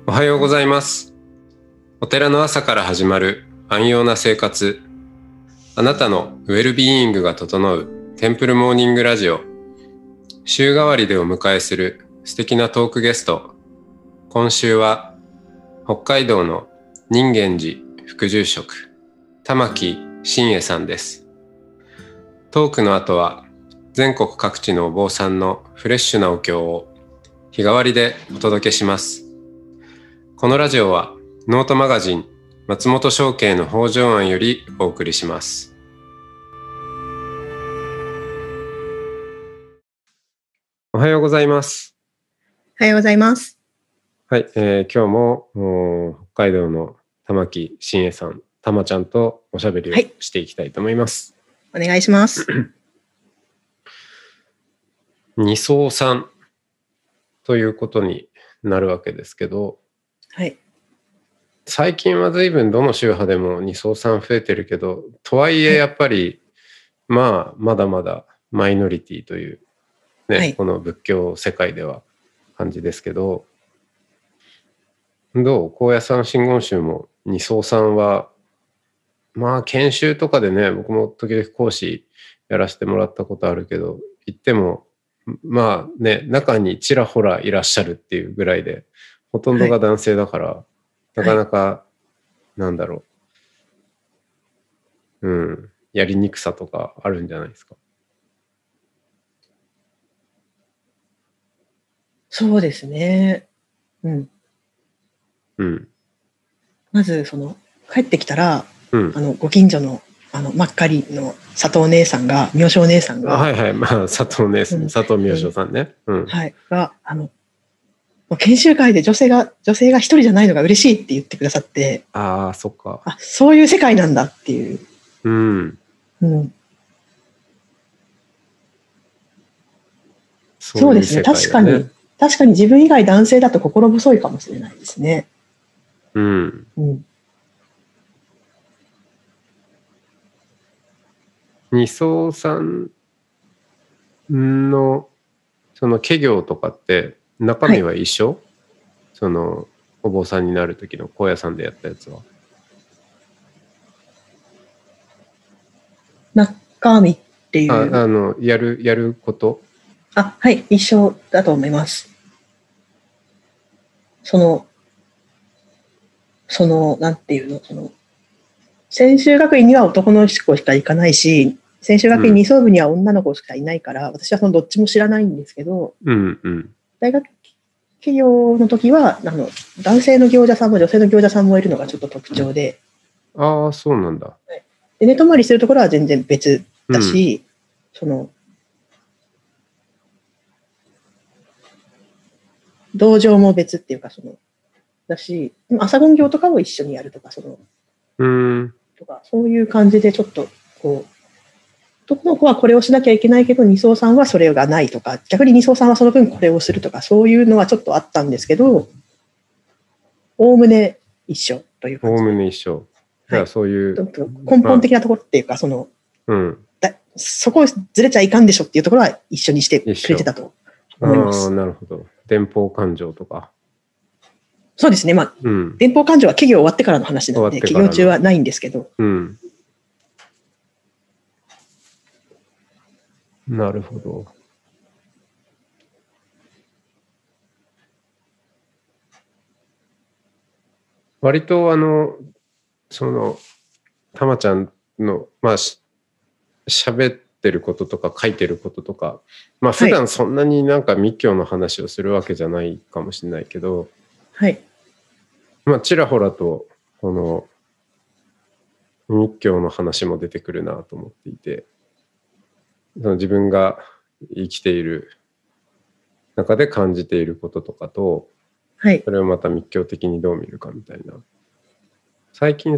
おはようございます。お寺の朝から始まる安養な生活。あなたのウェルビーイングが整うテンプルモーニングラジオ。週替わりでお迎えする素敵なトークゲスト。今週は北海道の人間寺副住職玉木真恵さんです。トークの後は全国各地のお坊さんのフレッシュなお経を日替わりでお届けします。このラジオはノートマガジン松本商家の北条庵よりお送りします。おはようございます。 おはようございます。 はい、今日も北海道の玉木真恵さん、玉ちゃんとおしゃべりをしていきたいと思います。 お願いします。 二僧さんということになるわけですけど、 はい。 最近は随分どの宗派でも二僧さん増えてるけど、とはいえやっぱり、まだまだマイノリティというね、はい、この仏教世界では感じですけど、どう？高野山真言宗も二僧さんは研修とかでね、僕も時々講師やらせてもらったことあるけど、行っても中にちらほらいらっしゃるっていうぐらいで、ほとんどが男性だから、なかなか、やりにくさとかあるんじゃないですか。 そうですね。まず帰ってきたら、ご近所の真っ赤りの佐藤姉さんが、妙正姉さんが、 佐藤姉さん、佐藤妙正さんね、 が研修会で女性が一人じゃないのが嬉しいって言ってくださって、 そっか。 そういう世界なんだっていう。そうですね。確かに自分以外男性だと心細いかもしれないですね。 二僧さんのその化行とかって中身は一緒？そのお坊さんになる時の高野山でやったやつは。 中身っていう。 やること？ はい、一緒だと思います。なんていうの、専修学院には男の子しか行かないし、専修学院二層部には女の子しかいないから、私はどっちも知らないんですけど、大学企業の時は男性の行者さんも女性の行者さんもいるのがちょっと特徴で、 そうなんだ。 で寝泊まりするところは全然別だし、道場も別っていうかだし、朝勤行とかも一緒にやるとかとかそういう感じでちょっと男の子はこれをしなきゃいけないけど二僧さんはそれがないとか、逆に二僧さんはその分これをするとか、そういうのはちょっとあったんですけど、おおむね一緒という感じ。 おおむね一緒。じゃあそういう、 根本的なところっていうかそこをずれちゃいかんでしょっていうところは一緒にしてくれてたと思います。 なるほど。伝法勘定とか。 そうですね。伝法勘定は企業終わってからの話なので、企業中はないんですけど。 なるほど。割とたまちゃんの喋ってることとか書いてることとか、普段そんなに密教の話をするわけじゃないかもしれないけど、ちらほらとこの密教の話も出てくるなと思っていて、自分が生きている中で感じていることとかと、それをまた密教的にどう見るかみたいな。最近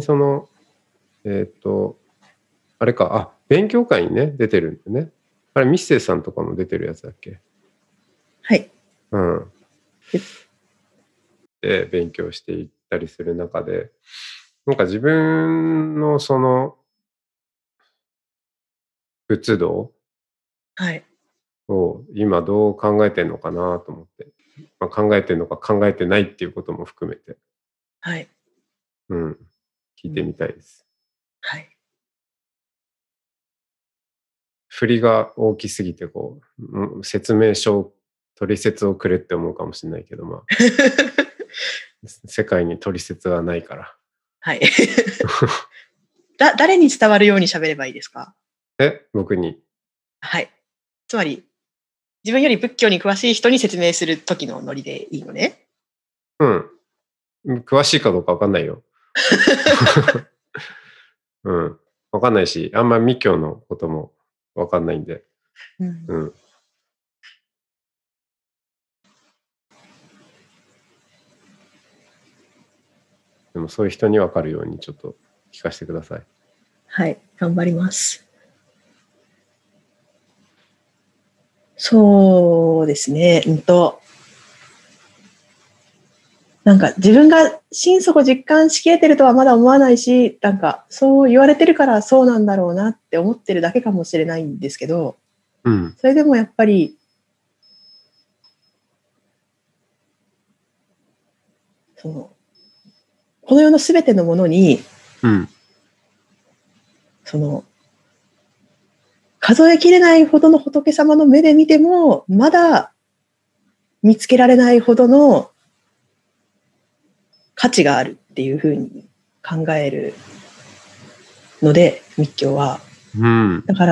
あれか、勉強会にね出てるんだよね。あれミッセイさんとかも出てるやつだっけ？で勉強していったりする中で、自分の仏道を今どう考えてんのかなと思って。 まあ、考えてるのか考えてないっていうことも含めて、 はい。 うん、聞いてみたいです。 はい。 振りが大きすぎて、こう、説明書、取説をくれって思うかもしれないけど、まあ、世界に取説はないから。 はい。誰に伝わるように喋ればいいですか？ 僕に。 はい。つまり、自分より仏教に詳しい人に説明する時のノリでいいのね。 うん。詳しいかどうかわかんないよ。うん。わかんないし、あんま密教のこともわかんないんで。 うん。 うん。でもそういう人にわかるようにちょっと聞かせてください。 はい。頑張ります。そうですね。なんか自分が心底実感しきれてるとはまだ思わないし、なんかそう言われてるからそうなんだろうなって思ってるだけかもしれないんですけど、 うん。 それでもやっぱり、この世のすべてのものに、 うん。 数えきれないほどの仏様の目で見ても、まだ見つけられないほどの価値があるっていうふうに考えるので、密教は。 うん。 だから、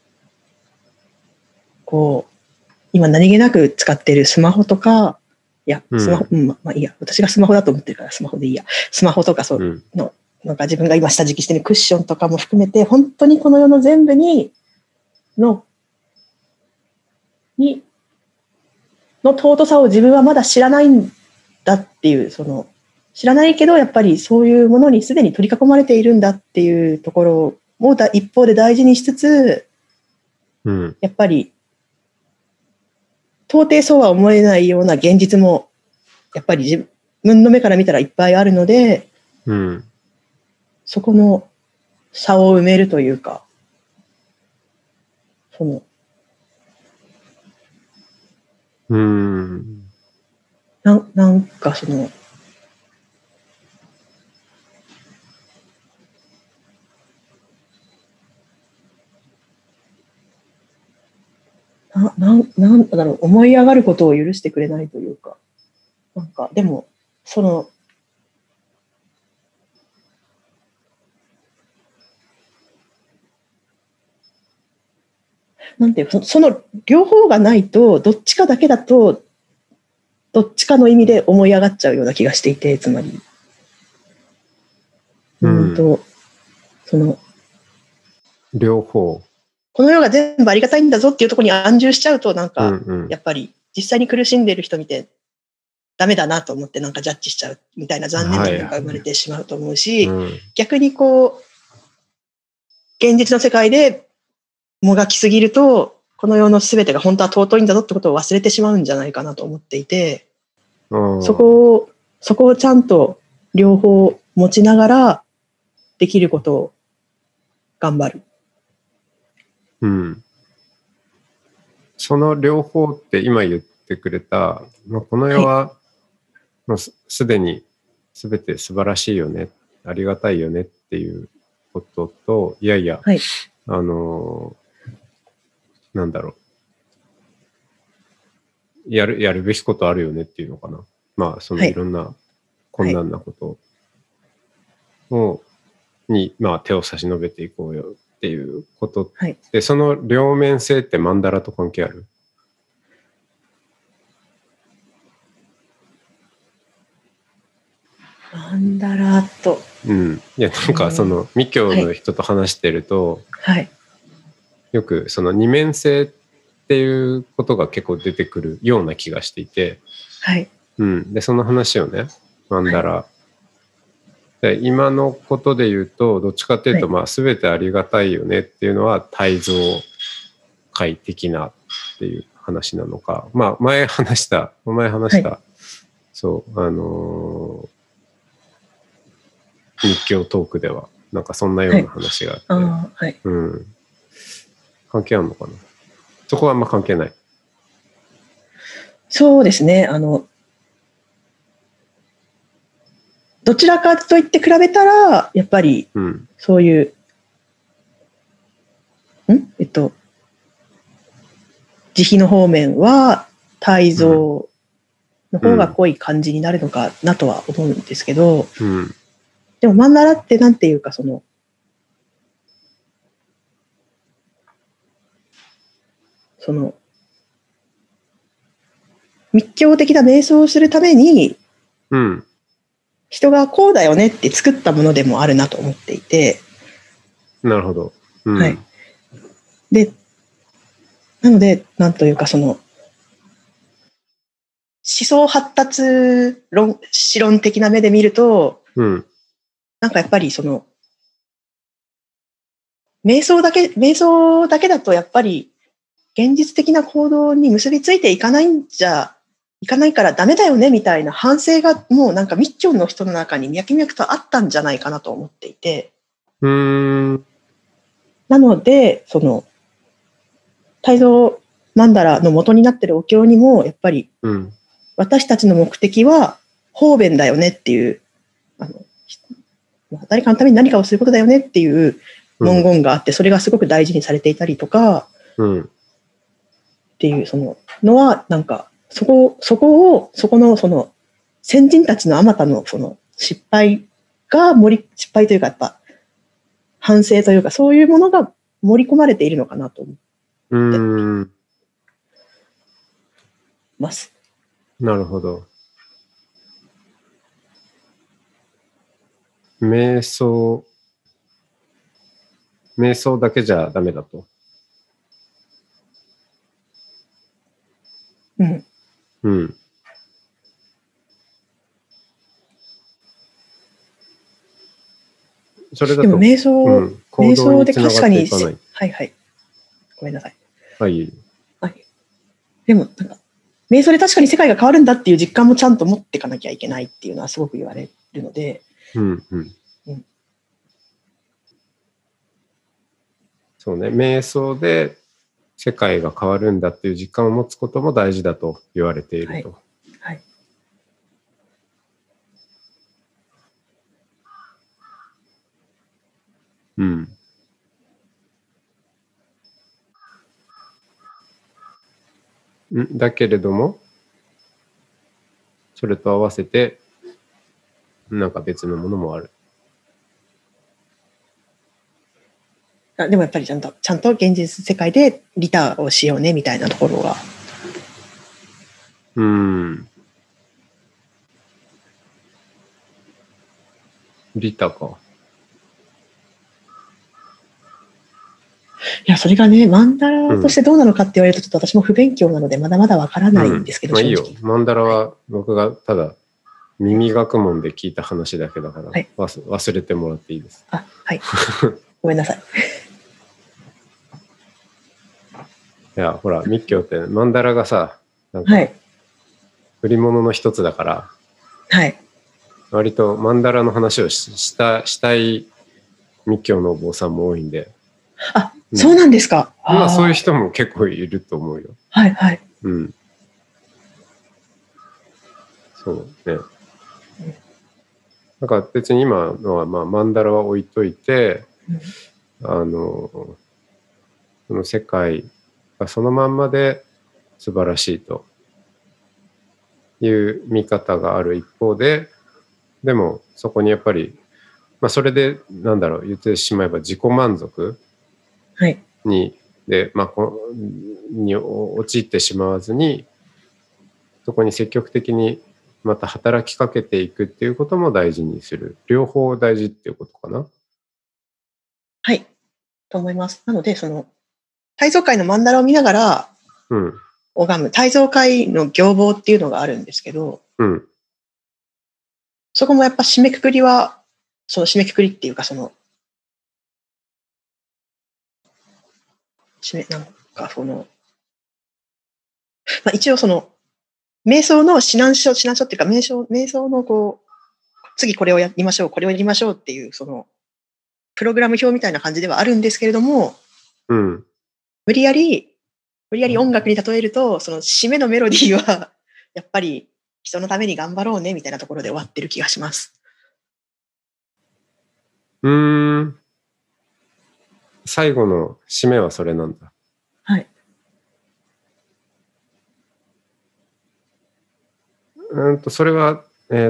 今何気なく使ってるスマホとか、いや、スマホ、まあいいや、私がスマホだと思ってるからスマホでいいや。スマホとかなんか自分が今下敷きしてるクッションとかも含めて、本当にこの世の全部の尊さを自分はまだ知らないんだっていう、知らないけど、やっぱりそういうものにすでに取り囲まれているんだっていうところを一方で大事にしつつ、やっぱり、到底そうは思えないような現実も、やっぱり自分の目から見たらいっぱいあるので、そこの差を埋めるというか、なんかなんだろう、思い上がることを許してくれないというか、なんか、でも、なんていうその両方がないと、どっちかだけだと、どっちかの意味で思い上がっちゃうような気がしていて、つまり。 両方。 この世が全部ありがたいんだぞっていうところに安住しちゃうと、なんか、やっぱり実際に苦しんでいる人見て、ダメだなと思ってなんかジャッジしちゃうみたいな残念なものが生まれてしまうと思うし、逆に現実の世界でもがきすぎると、この世の全てが本当は尊いんだぞってことを忘れてしまうんじゃないかなと思っていて、そこをちゃんと両方持ちながらできることを頑張る。 その両方って今言ってくれた、この世はもうすでに全て素晴らしいよね、ありがたいよねっていうことと、いやいや、なんだろう。やるべきことあるよねっていうのかな。まあ、いろんな困難なことに、まあ、手を差し伸べていこうよっていうことで、その両面性ってマンダラと関係ある？ マンダラと。 いや、なんか密教の人と話してると、よく二面性っていうことが結構出てくるような気がしていて、で、その話をね、マンダラ、で今のことで言うと、どっちかっていうと、まあ、全てありがたいよねっていうのは、大蔵界的なっていう話なのか、まあ、前話した、そう、日教トークでは、なんかそんなような話があって、関係あるのかな？そこはあんま関係ない。 そうですね。どちらかといって比べたら、やっぱり、そういう、慈悲の方面は、泰造の方が濃い感じになるのかなとは思うんですけど、でも、曼荼羅ってなんていうか、密教的な瞑想をするために、人がこうだよねって作ったものでもあるなと思っていて。 なるほど。 はい。で、なので、なんというか思想発達史論的な目で見ると、なんかやっぱり瞑想だけだとやっぱり現実的な行動に結びついていかないからダメだよねみたいな反省がもうなんか密教の人の中に脈々とあったんじゃないかなと思っていて。なので、泰造曼荼羅の元になっているお経にも、やっぱり、私たちの目的は方便だよねっていう、誰かのために何かをすることだよねっていう文言があって、それがすごく大事にされていたりとか、っていうのは、なんか、そこの先人たちのあまたの失敗というか、やっぱ、反省というか、そういうものが盛り込まれているのかなと思ってます。 なるほど。瞑想だけじゃダメだと。それだとでも瞑想で確かに、はいはい。ごめんなさい。 はい。 でもなんか瞑想で確かに世界が変わるんだっていう実感もちゃんと持っていかなきゃいけないっていうのはすごく言われるので。 そうね。瞑想で世界が変わるんだっていう実感を持つことも大事だと言われていると。 はい。 だけれども、それと合わせて、なんか別のものもある。 でもやっぱりちゃんと現実世界で利他をしようねみたいなところが。 利他か。 いや、それがね、曼荼羅としてどうなのかって言われると、ちょっと私も不勉強なので、まだまだわからないんですけど、 いいよ。曼荼羅は僕がただ耳学問で聞いた話だけだから、忘れてもらっていいです。 はい。ごめんなさい。 いや、ほら、密教って曼荼羅がさ、なんか売り物の一つだから、割と曼荼羅の話をしたい密教のお坊さんも多いんで。 あ、そうなんですか。 まあそういう人も結構いると思うよ。 はいはい。 そうね。なんか別に今のはまあ曼荼羅は置いといて、その世界がそのまんまで素晴らしいという見方がある一方で、でもそこにやっぱり、まあそれで言ってしまえば自己満足に、に陥ってしまわずに、そこに積極的にまた働きかけていくっていうことも大事にする。両方大事っていうことかな。 はい。と思います。なので、泰造会の曼荼羅を見ながら、拝む泰造会の行房っていうのがあるんですけど、そこもやっぱ締めくくりは、締めくくりっていうか一応瞑想の指南書っていうか、瞑想の次これをやりましょう、これをやりましょうっていう、プログラム表みたいな感じではあるんですけれども、無理やり音楽に例えると、締めのメロディーは、 やっぱり人のために頑張ろうねみたいなところで終わってる気がします。 最後の締めはそれなんだ。 はい。 それは、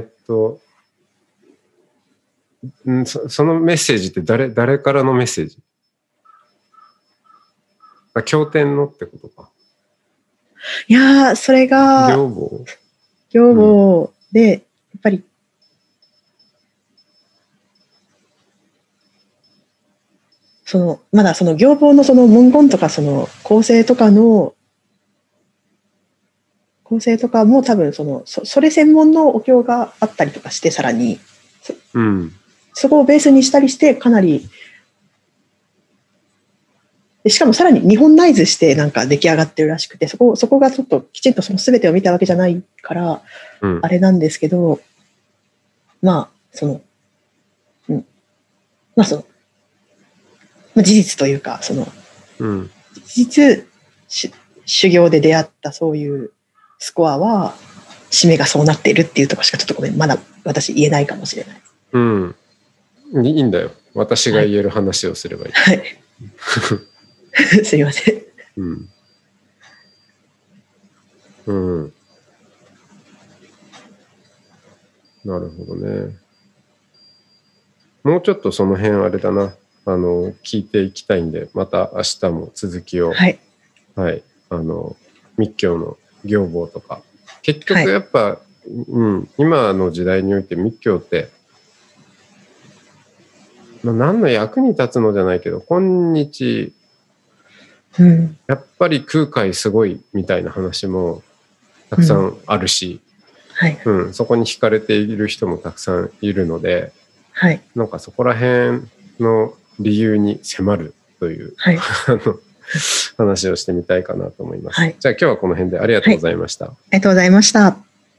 そのメッセージって誰からのメッセージ？経典のってことか。 いやー、それが、行簿で、やっぱり、まだその行簿のその文言とかその構成とかも多分それ専門のお経があったりとかして、さらに、そこをベースにしたりしてかなり、でしかもさらに日本ナイズしてなんか出来上がってるらしくて、そこがちょっときちんとその全てを見たわけじゃないから、あれなんですけど、まあ事実というか事実修行で出会ったそういうスコアは締めがそうなっているっていうところしかちょっとごめん、まだ私言えないかもしれない。 いいんだよ。私が言える話をすればいい。 はい。すいません。 なるほどね。もうちょっとその辺あれだな。聞いていきたいんで、また明日も続きを。はい。密教の行簿とか。結局やっぱ、今の時代において密教って、何の役に立つのじゃないけど、今日、やっぱり空海すごいみたいな話もたくさんあるし、そこに惹かれている人もたくさんいるので、なんかそこら辺の理由に迫るという、話をしてみたいかなと思います。じゃあ今日はこの辺でありがとうございました。 ありがとうございました。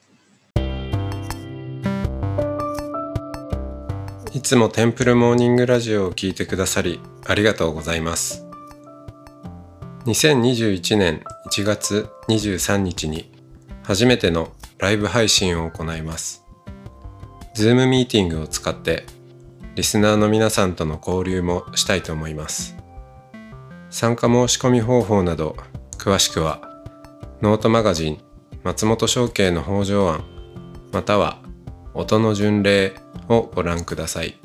いつもテンプルモーニングラジオを聞いてくださりありがとうございます。2021年1月23日に初めてのライブ配信を行います。Zoom ミーティングを使ってリスナーの皆さんとの交流もしたいと思います。参加申し込み方法など詳しくはノートマガジン松本商家の北条案または音の巡礼をご覧ください。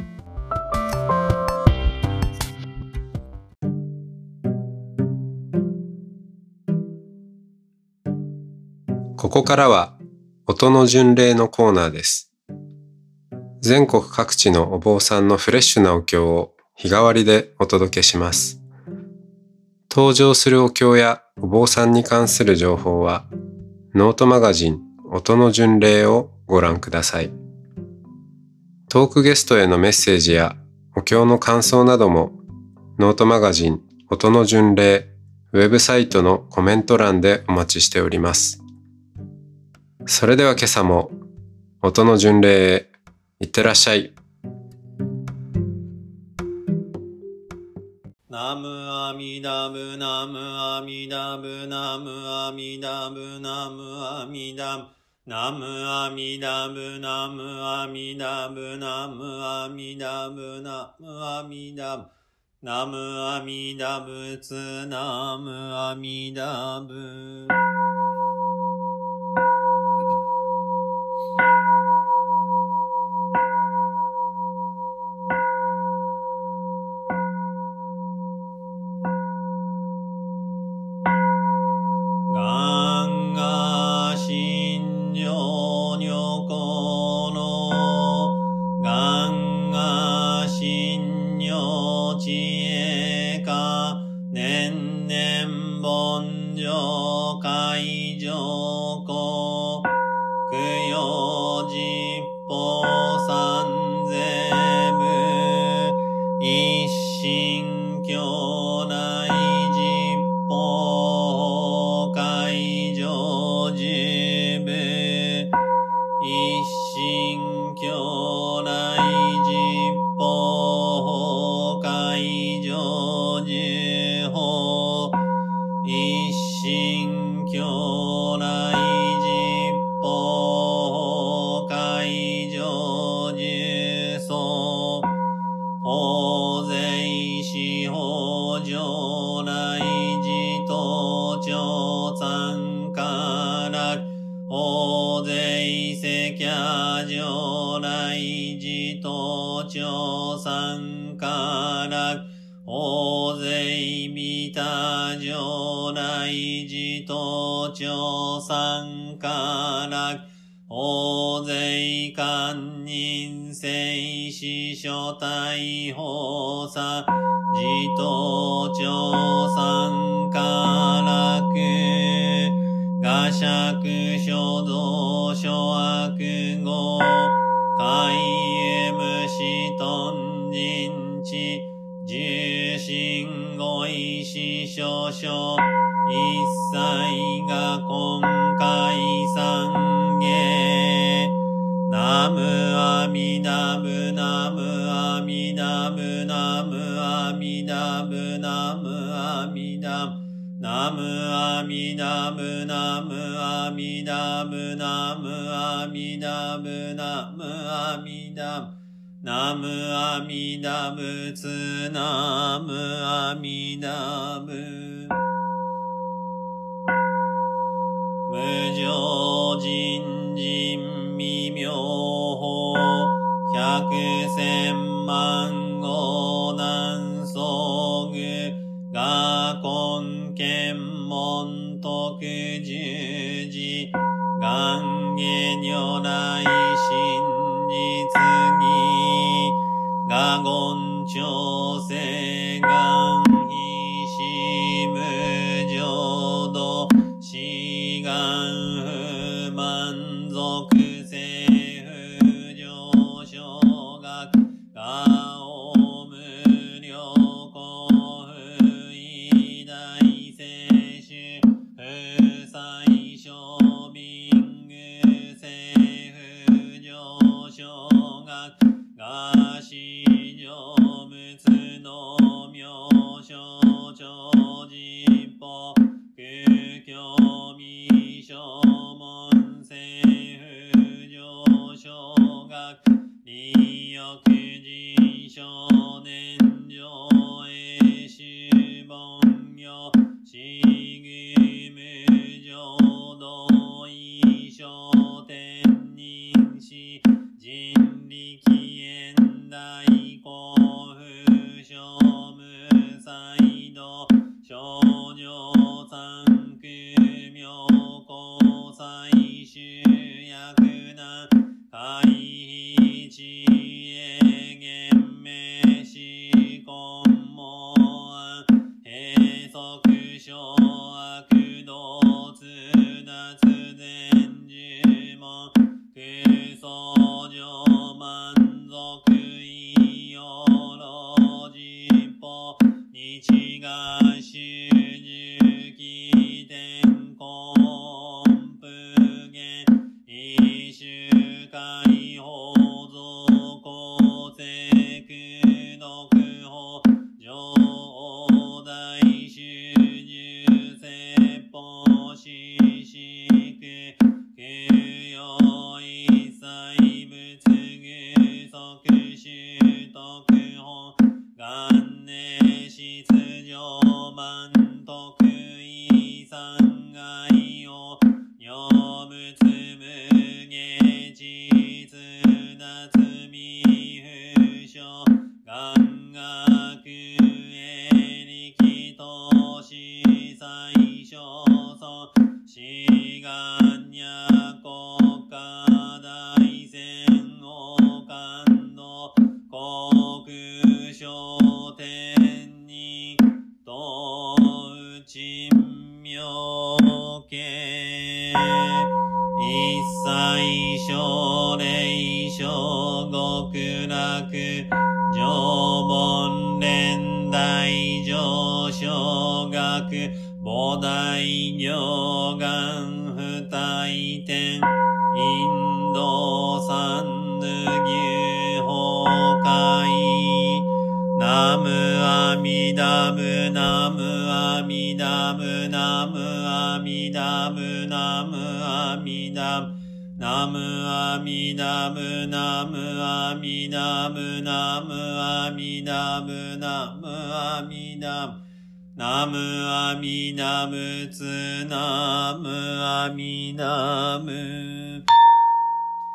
ここからは音の巡礼のコーナーです。全国各地のお坊さんのフレッシュなお経を日替わりでお届けします。登場するお経やお坊さんに関する情報はノートマガジン音の巡礼をご覧ください。トークゲストへのメッセージやお経の感想などもノートマガジン音の巡礼ウェブサイトのコメント欄でお待ちしております。それでは今朝も音の巡礼へいってらっしゃい。 ナムアミダブナムアミダブナムアミダブナムアミダブナムアミダブナムアミダブナムアミダブナムアミダブナムアミダブツナムアミダブ一心教来た如来寺と長参加楽大勢見た如来寺と長参加楽大勢堪忍聖師書大法사寺と長参加楽画釈書道書悪語海へ無視頓人知重心語意思書書一切が今回三下ナムアミダブナムアミダブナムアミダブナムアミダブナムアミダブナムアミダブナムアミダブナムアミダブナムアミダブツナムアミダブ無常人人未妙法百千万語難遭遇我根検門徳十字願下如来真実義我言調整願非死無常道志願不満足性不上昇学我を無量幸不偉大聖主不最小貧愚性不上昇学我史上仏の妙所長実法空教未証門性不上昇学利欲人少年上永主凡行死具無常道異小天人死人力現代幸福小無才道少女三苦妙高最終薬難回避知恵厳明思考も安閉塞小悪道通達全呪文空想上満足意養老実法日が修十期天候音符言一周解放増公正苦毒法上大修十説法四式供養一切仏具即習得本元年出上満徳意三害を如仏無下実脱未不詳願学営力投資最小尊志願や国家大戦王感動国小天に道珍妙形一切奨励小極楽上本連大上昇学菩提行願不退転インド三無牛崩壊ナムアミダブナムアミダブナムアミダブナムアミダブナムアミダブナムアミダブナムアミダブナムアミダブナムアミダブツナムアミダブ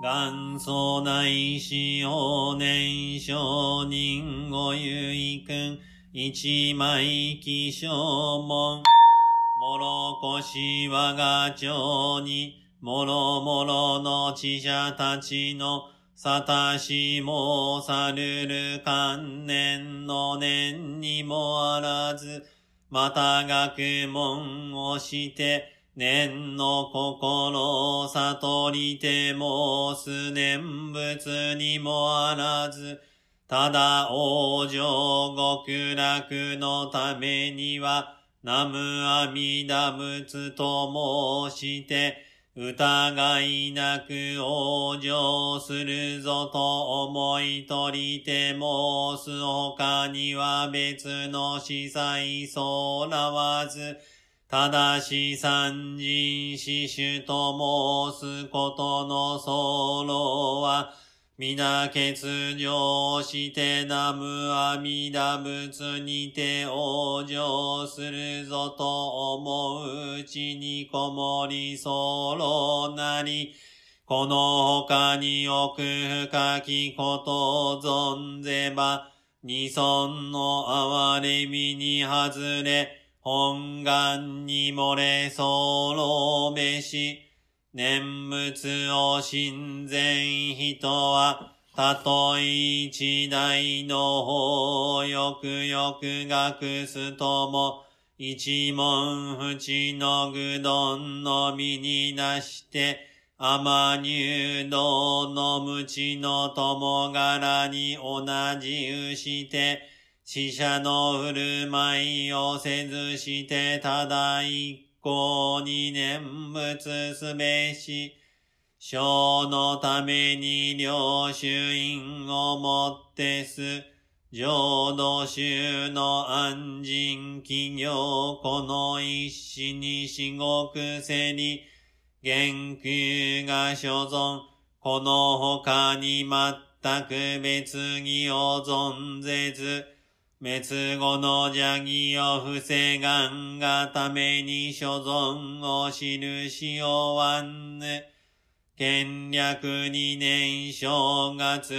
元祖大師法年上人ご結君一枚起承文もろこし我が町にもろもろの知者たちのさたしもさるる観念の念にもあらずまた学問をして念の心を悟りてもす念仏にもあらず、ただ往生極楽のためには、南無阿弥陀仏と申して、疑いなく往生するぞと思い取りて申す他には別の司祭そうらわず、ただし三人四種と申すことの総論は、皆欠如して南無阿弥陀仏にて往生するぞと思ううちにこもり候なり、この他に奥深きことを存ぜば、二尊の哀れみに外れ、本願に漏れ候べし、念仏を親善人は、たとえ一代の法をよくよく学すとも、一文不知の愚鈍の身になして、天入道の無知の友柄に同じうして、死者の振る舞いをせずして、ただ一向に念仏すべし、生のために領主因をもってす、浄土宗の安心企業この一子に至極せり、元空が所存、この他に全く別義を存ぜず、滅後の邪義を防がんがために所存を印をわんぬ。建暦二年正月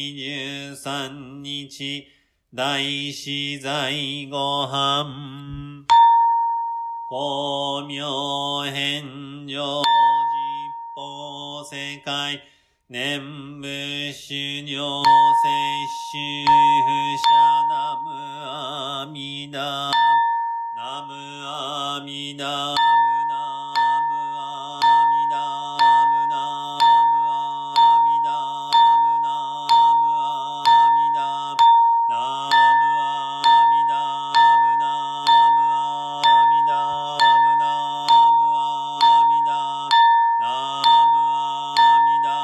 23日、大師在御飯。光明返上実法世界、念仏修行摂取不捨南無阿弥陀南無阿弥陀南無阿弥陀南無阿弥陀南無阿弥陀南無阿弥陀南無阿弥陀南無阿弥陀南無阿弥陀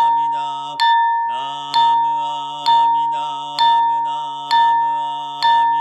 南無阿弥陀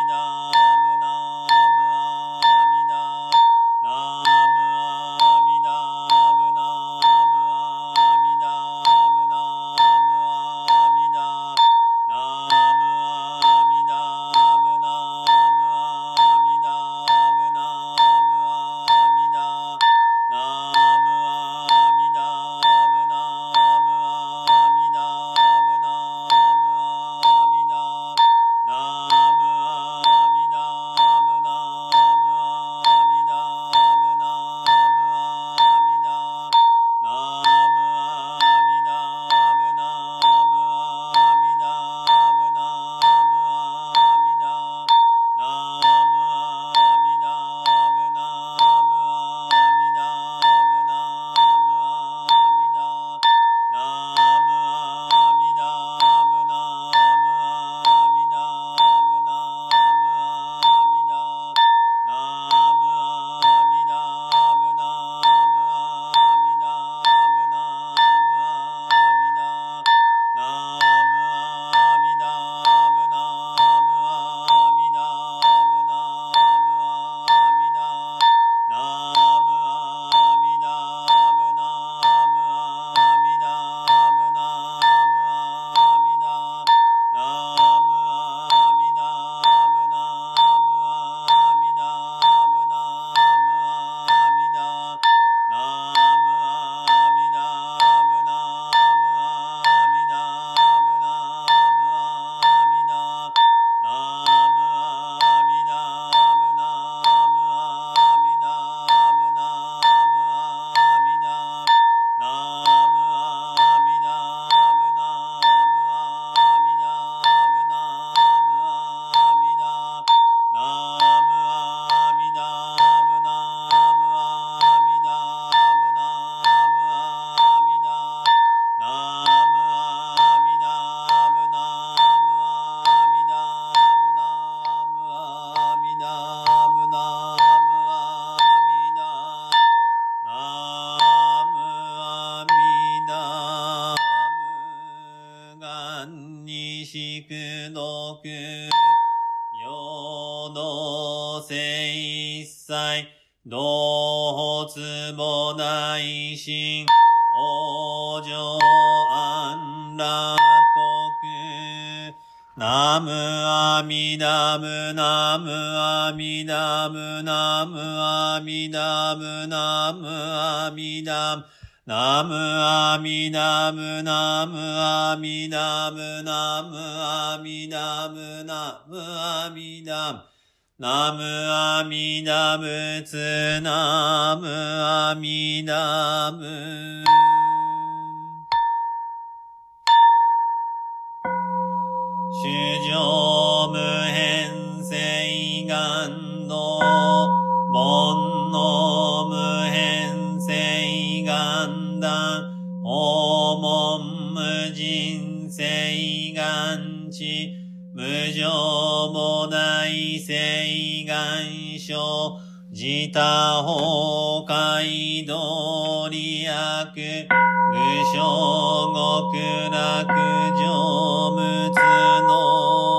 同性一切、同発母大神、往生安楽国。ナムアミダムナムアミダムナムアミダムナムアミダムナムアミダムナムアミダムナムアミダムナムアミダムナムアミダムツナムアミダム。主上無変性願道、煩悩無変性願断、訪問無人性願地、無常母大性願所、自他崩壊道利悪、愚小極楽成仏の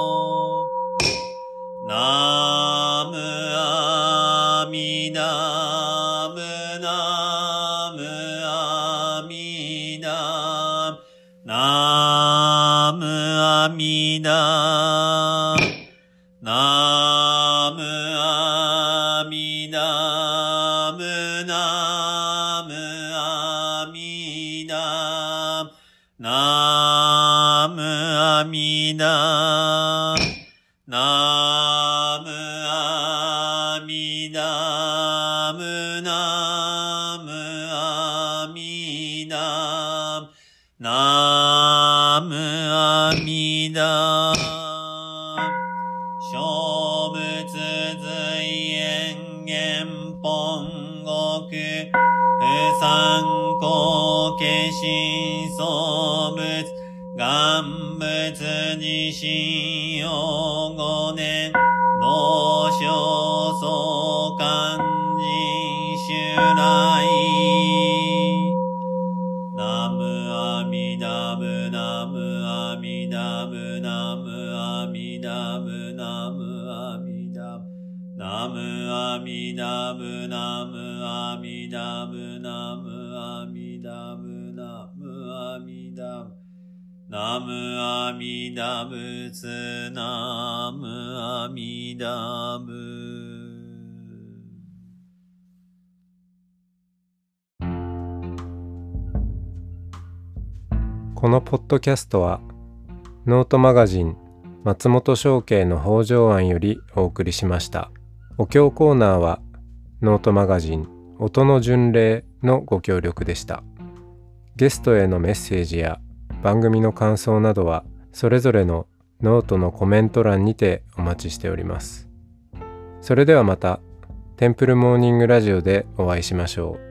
ナムアミダムナムアミダムナムアミダムナムアミダムナムアミダムナムアミダムナムアミダムナムアミダムナムアミダム小仏随縁元本国不参考化身相仏願仏自身用5年同正相関人襲来ナムアミダムナムアミダムナムアミダムナムアミダムナムアミダムナムアミダムナムアミダムナムアミダムナムアミダムツナムアミダム。 このポッドキャストはノートマガジン松本正慶の北条庵よりお送りしました。お経コーナーはノートマガジン音の巡礼のご協力でした。ゲストへのメッセージや番組の感想などはそれぞれのノートのコメント欄にてお待ちしております。それではまたテンプルモーニングラジオでお会いしましょう。